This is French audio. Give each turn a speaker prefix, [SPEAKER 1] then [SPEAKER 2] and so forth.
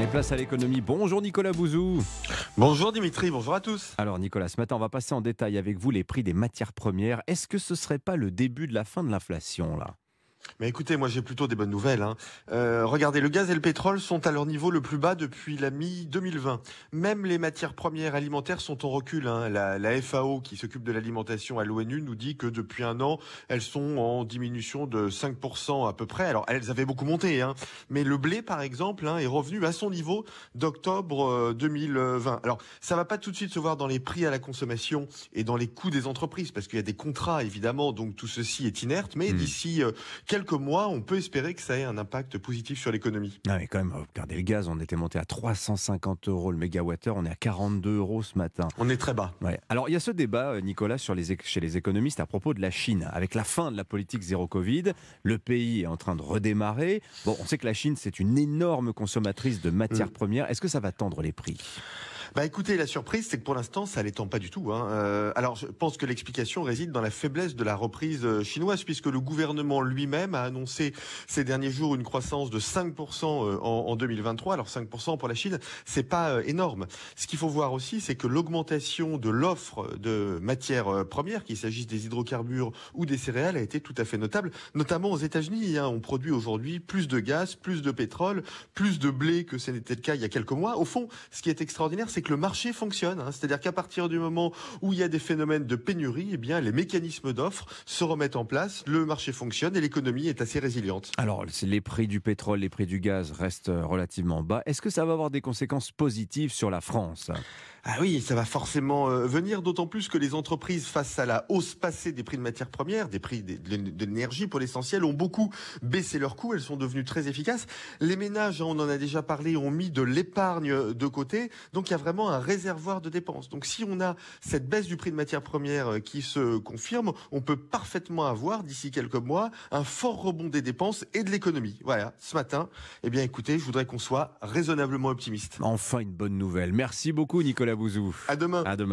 [SPEAKER 1] Place à l'économie. Bonjour Nicolas Bouzou.
[SPEAKER 2] Bonjour Dimitri, bonjour à tous.
[SPEAKER 1] Alors Nicolas, ce matin on va passer en détail avec vous les prix des matières premières. Est-ce que ce serait pas le début de la fin de l'inflation là ?
[SPEAKER 2] Mais écoutez, moi j'ai plutôt des bonnes nouvelles. Regardez, le gaz et le pétrole sont à leur niveau le plus bas depuis la mi-2020. Même les matières premières alimentaires sont en recul. La FAO, qui s'occupe de l'alimentation à l'ONU, nous dit que depuis un an, elles sont en diminution de 5% à peu près. Alors elles avaient beaucoup monté, mais le blé par exemple est revenu à son niveau d'octobre 2020. Alors ça va pas tout de suite se voir dans les prix à la consommation et dans les coûts des entreprises, parce qu'il y a des contrats évidemment, donc tout ceci est inerte, mais d'ici quelques mois, on peut espérer que ça ait un impact positif sur l'économie.
[SPEAKER 1] Ah mais quand même, regardez le gaz, on était monté à 350 € le mégawattheure, on est à 42 € ce matin.
[SPEAKER 2] On est très bas.
[SPEAKER 1] Ouais. Alors il y a ce débat, Nicolas, chez les économistes à propos de la Chine. Avec la fin de la politique zéro Covid, le pays est en train de redémarrer. Bon, on sait que la Chine, c'est une énorme consommatrice de matières premières. Est-ce que ça va tendre les prix ?
[SPEAKER 2] Écoutez, la surprise, c'est que pour l'instant, ça l'étend pas du tout. Alors, je pense que l'explication réside dans la faiblesse de la reprise chinoise, puisque le gouvernement lui-même a annoncé ces derniers jours une croissance de 5% en 2023. Alors 5% pour la Chine, c'est pas énorme. Ce qu'il faut voir aussi, c'est que l'augmentation de l'offre de matières premières, qu'il s'agisse des hydrocarbures ou des céréales, a été tout à fait notable, notamment aux États-Unis. On produit aujourd'hui plus de gaz, plus de pétrole, plus de blé que ce n'était le cas il y a quelques mois. Au fond, ce qui est extraordinaire, c'est que le marché fonctionne. C'est-à-dire qu'à partir du moment où il y a des phénomènes de pénurie, les mécanismes d'offre se remettent en place, le marché fonctionne et l'économie est assez résiliente.
[SPEAKER 1] Alors, les prix du pétrole, les prix du gaz restent relativement bas. Est-ce que ça va avoir des conséquences positives sur la France ?
[SPEAKER 2] Ah oui, ça va forcément venir, d'autant plus que les entreprises, face à la hausse passée des prix de matières premières, des prix de l'énergie pour l'essentiel, ont beaucoup baissé leurs coûts. Elles sont devenues très efficaces. Les ménages, on en a déjà parlé, ont mis de l'épargne de côté. Donc il y a vraiment un réservoir de dépenses. Donc si on a cette baisse du prix de matières premières qui se confirme, on peut parfaitement avoir, d'ici quelques mois, un fort rebond des dépenses et de l'économie. Voilà, ce matin, écoutez, je voudrais qu'on soit raisonnablement optimiste.
[SPEAKER 1] Enfin une bonne nouvelle. Merci beaucoup Nicolas Bouzou.
[SPEAKER 2] À demain.
[SPEAKER 1] À demain.